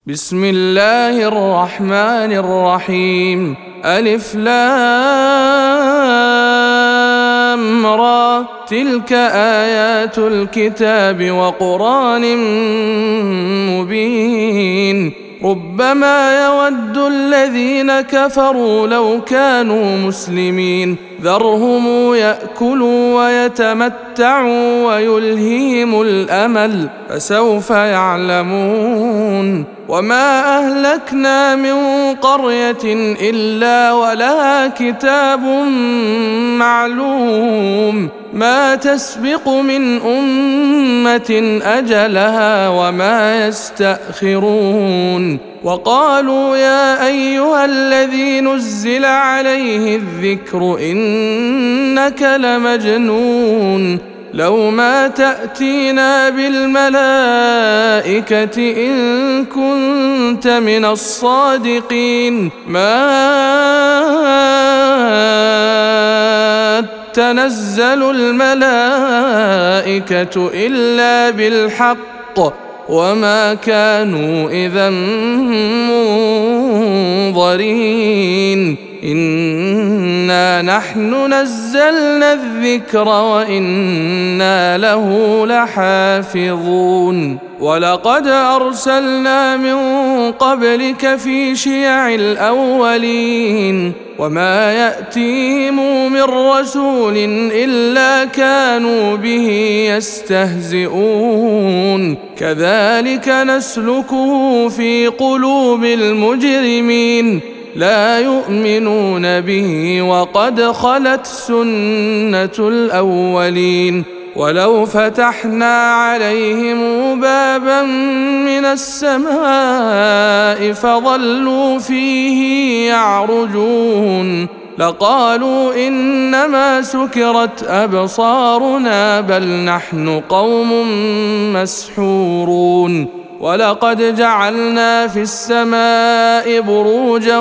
بسم الله الرحمن الرحيم. ألف لام را، تلك آيات الكتاب وقرآن مبين. ربما يود الذين كفروا لو كانوا مسلمين، ذرهم يأكلوا ويتمتعوا ويلهيهم الأمل، فسوف يعلمون. وما أهلكنا من قرية إلا ولها كتاب معلوم، ما تسبق من أمة أجلها وما يستأخرون. وقالوا يا أيها الذي نزل عليه الذكر إنك لمجنون، لو ما تأتينا بالملائكة إن كنت من الصادقين، ما تنزل الملائكة إلا بالحق وما كانوا إذا منظرين. إنا نحن نزلنا الذكر وإنا له لحافظون. ولقد أرسلنا من قبلك في شيع الأولين، وما يأتيهم من رسول إلا كانوا به يستهزئون. كذلك نسلكه في قلوب المجرمين، لا يؤمنون به وقد خلت سنة الأولين. ولو فتحنا عليهم بابا من السماء فظلوا فيه يعرجون لقالوا إنما سكرت أبصارنا بل نحن قوم مسحورون. ولقد جعلنا في السماء بروجا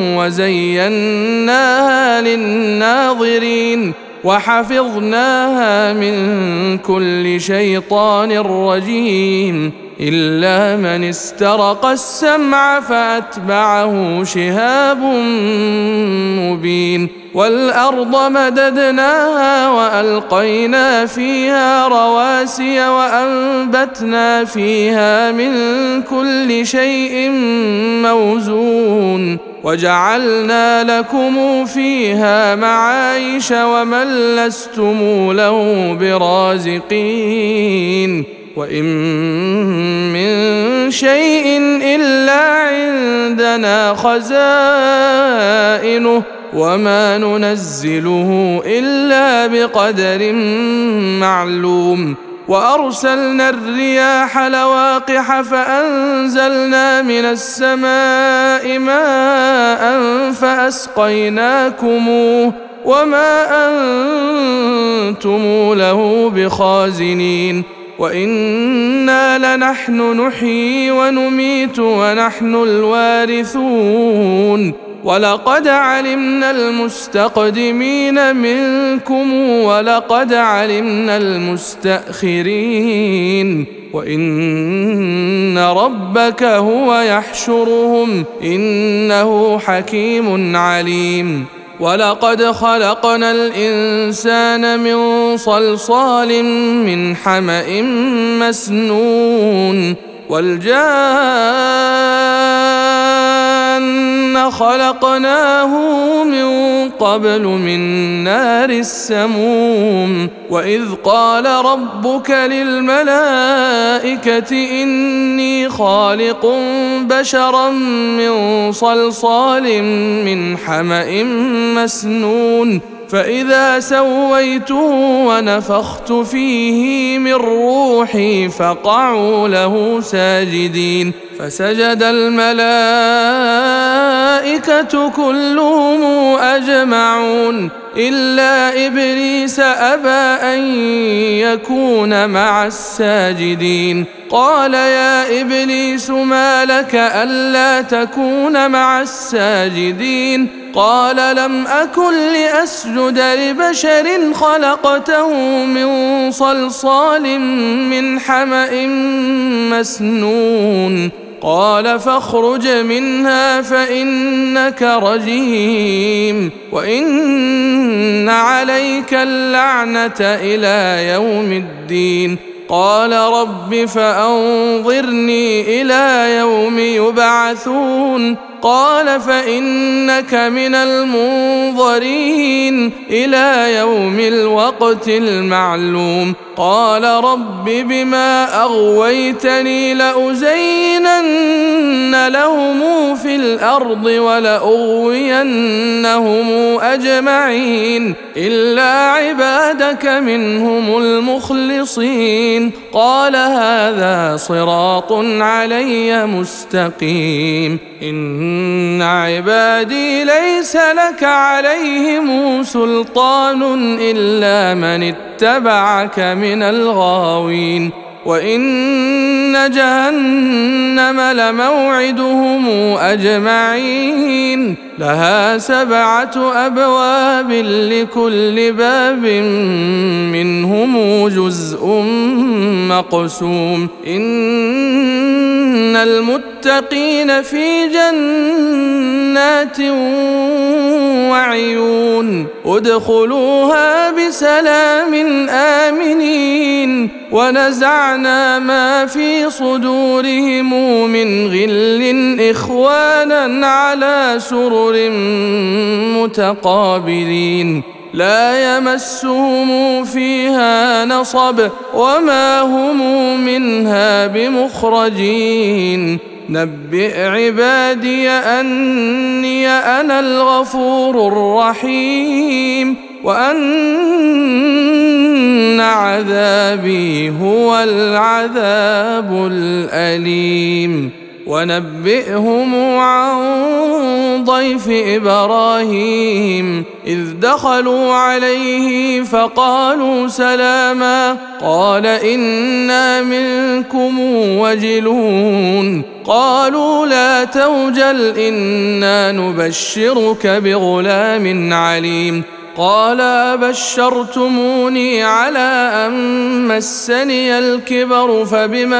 وزيناها للناظرين وحفظناها من كل شيطان رجيم إلا من استرق السمع فأتبعه شهاب مبين. والأرض مددناها وألقينا فيها رواسي وأنبتنا فيها من كل شيء موزون وجعلنا لكم فيها معايش ومن لستم له برازقين. وإن من شيء إلا عندنا خزائنه وما ننزله إلا بقدر معلوم. وأرسلنا الرياح لواقح فأنزلنا من السماء ماء فأسقيناكموه وما أنتم له بخازنين. وإنا لنحن نحيي ونميت ونحن الوارثون. ولقد علمنا المستقدمين منكم ولقد علمنا المستأخرين. وإن ربك هو يحشرهم إنه حكيم عليم. ولقد خلقنا الإنسان من صلصال من حمأ مسنون والجان خلقناه من قبل من نار السموم. وإذ قال ربك للملائكة إني خالق بشرا من صلصال من حمأ مسنون فإذا سويته ونفخت فيه من روحي فقعوا له ساجدين. فسجد الملائكة كلهم أجمعون إلا إبليس أبى أن يكون مع الساجدين. قال يا إبليس ما لك ألا تكون مع الساجدين؟ قال لم أكن لأسجد لبشر خلقته من صلصال من حمأ مسنون قال فاخرج منها فإنك رجيم وإن عليك اللعنة إلى يوم الدين. قال رب فأنظرني إلى يوم يبعثون. قال فإنك من المنظرين إلى يوم الوقت المعلوم. قال رب بما أغويتني لأزينن لهم في الأرض ولأغوينهم أجمعين إلا عبادك منهم المخلصين. قال هذا صراط علي مستقيم. إن عبادي ليس لك عليهم سلطان إلا من اتبعك من الغاوين. وإن جهنم لموعدهم أجمعين لها 7 أبواب لكل باب منهم جزء مقسوم. إن المتقين في جنات وعيون ادخلوها بسلام آمنين. ونزعنا ما في صدورهم من غل إخوانا على سرر متقابلين لا يمسهم فيها نصب وما هم منها بمخرجين. نبئ عبادي أني أنا الغفور الرحيم وأن عذابي هو العذاب الأليم. ونبئهم عن ضيف إبراهيم إذ دخلوا عليه فقالوا سلاما قال إنا منكم وجلون. قالوا لا توجل إنا نبشرك بغلام عليم. قال أبشرتموني على أن مسني الكبر فبم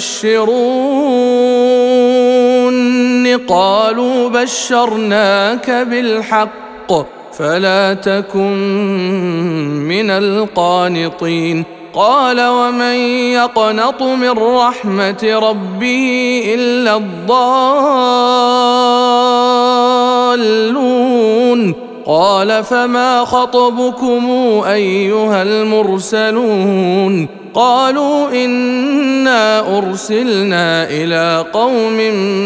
تبشرون. قالوا بشرناك بالحق فلا تكن من القانطين. قال ومن يقنط من رحمة ربه إلا الضالون. قال فما خطبكم أيها المرسلون. قالوا إنا أرسلنا إلى قوم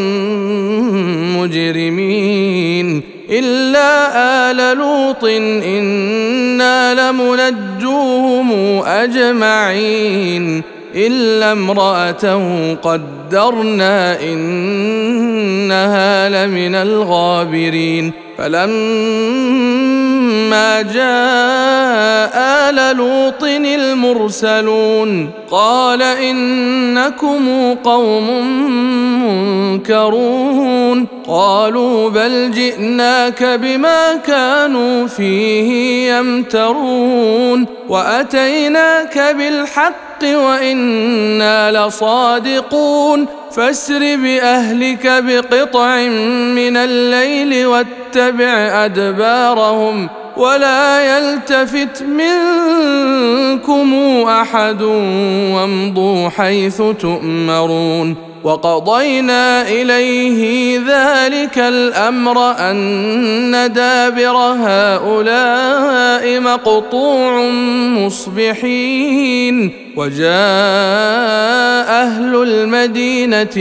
مجرمين إلا آل لوط إنا لمنجوهم أجمعين إلا امرأته قدرنا إنها لمن الغابرين. فلما جاء آل لوط المرسلون قال إنكم قوم منكرون. قالوا بل جئناك بما كانوا فيه يمترون وأتيناك بالحق وإنا لصادقون. فاسر بأهلك بقطع من الليل واتبع أدبارهم ولا يلتفت منكم أحد وامضوا حيث تؤمرون. وقضينا إليه ذلك الأمر أن دابر هؤلاء مقطوع مصبحين. وجاء أهل المدينة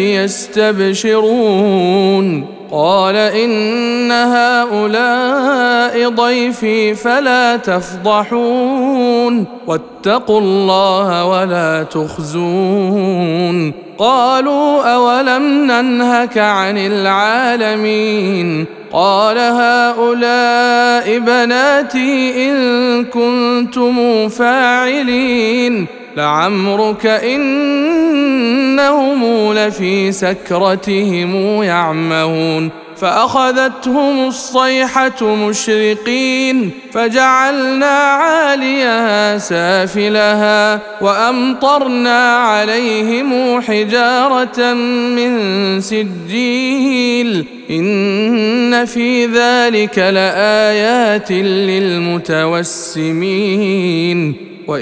يستبشرون قال إن هؤلاء ضيفي فلا تفضحون واتقوا الله ولا تخزون. قالوا أولم ننهك عن العالمين. قال هؤلاء بناتي إن كنتم فاعلين. لعمرك إنهم لفي سكرتهم يعمهون. فأخذتهم الصيحة مشرقين فجعلنا عاليها سافلها وأمطرنا عليهم حجارة من سجيل إن في ذلك لآيات للمتوسمين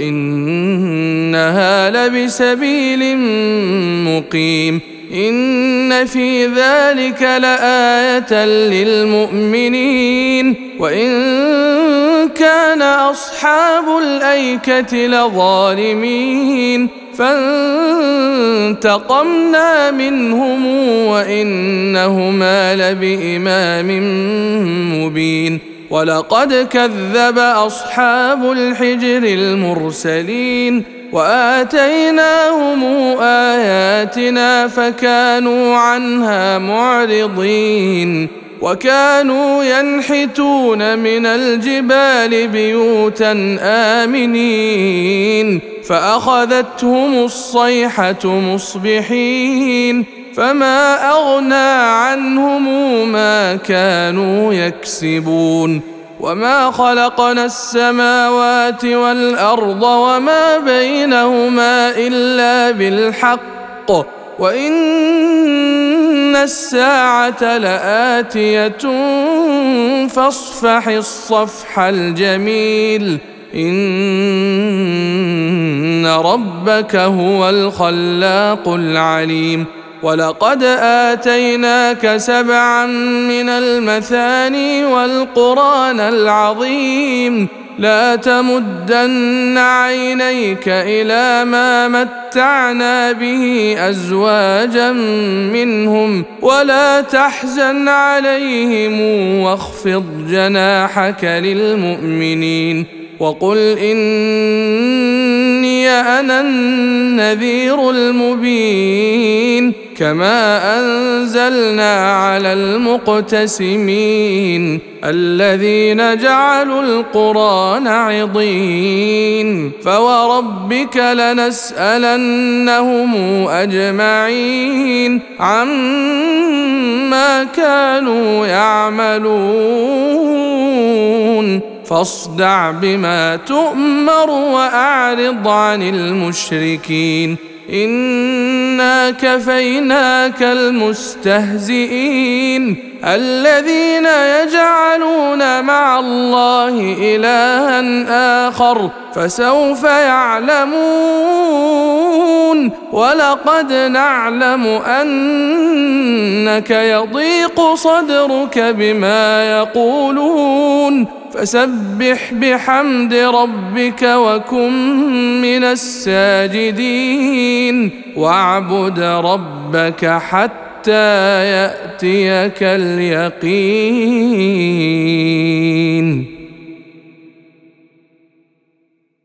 وإنها لبسبيل مقيم إن في ذلك لآية للمؤمنين وإن كان أصحاب الأيكة لظالمين فانتقمنا منهم وإنهما لبإمام مبين ولقد كذب أصحاب الحجر المرسلين وآتيناهم آياتنا فكانوا عنها معرضين وكانوا ينحتون من الجبال بيوتا آمنين فأخذتهم الصيحة مصبحين فما أغنى عنهم ما كانوا يكسبون وما خلقنا السماوات والأرض وما بينهما إلا بالحق وإن الساعة لآتية فاصفح الصفح الجميل إن ربك هو الخلاق العليم ولقد آتيناك 7 من المثاني والقرآن العظيم لا تمدن عينيك إلى ما متعنا به أزواجا منهم ولا تحزن عليهم واخفض جناحك للمؤمنين وقل إني أنا النذير المبين كما أنزلنا على المقتسمين الذين جعلوا القرآن عضين فوربك لنسألنهم أجمعين عما كانوا يعملون فاصدع بما تؤمر وأعرض عن المشركين إنا كفيناك المستهزئين الذين يجعلون مع الله إلها آخر فسوف يعلمون ولقد نعلم أنك يضيق صدرك بما يقولون فسبح بحمد ربك وكن من الساجدين واعبد ربك حتى يأتيك اليقين.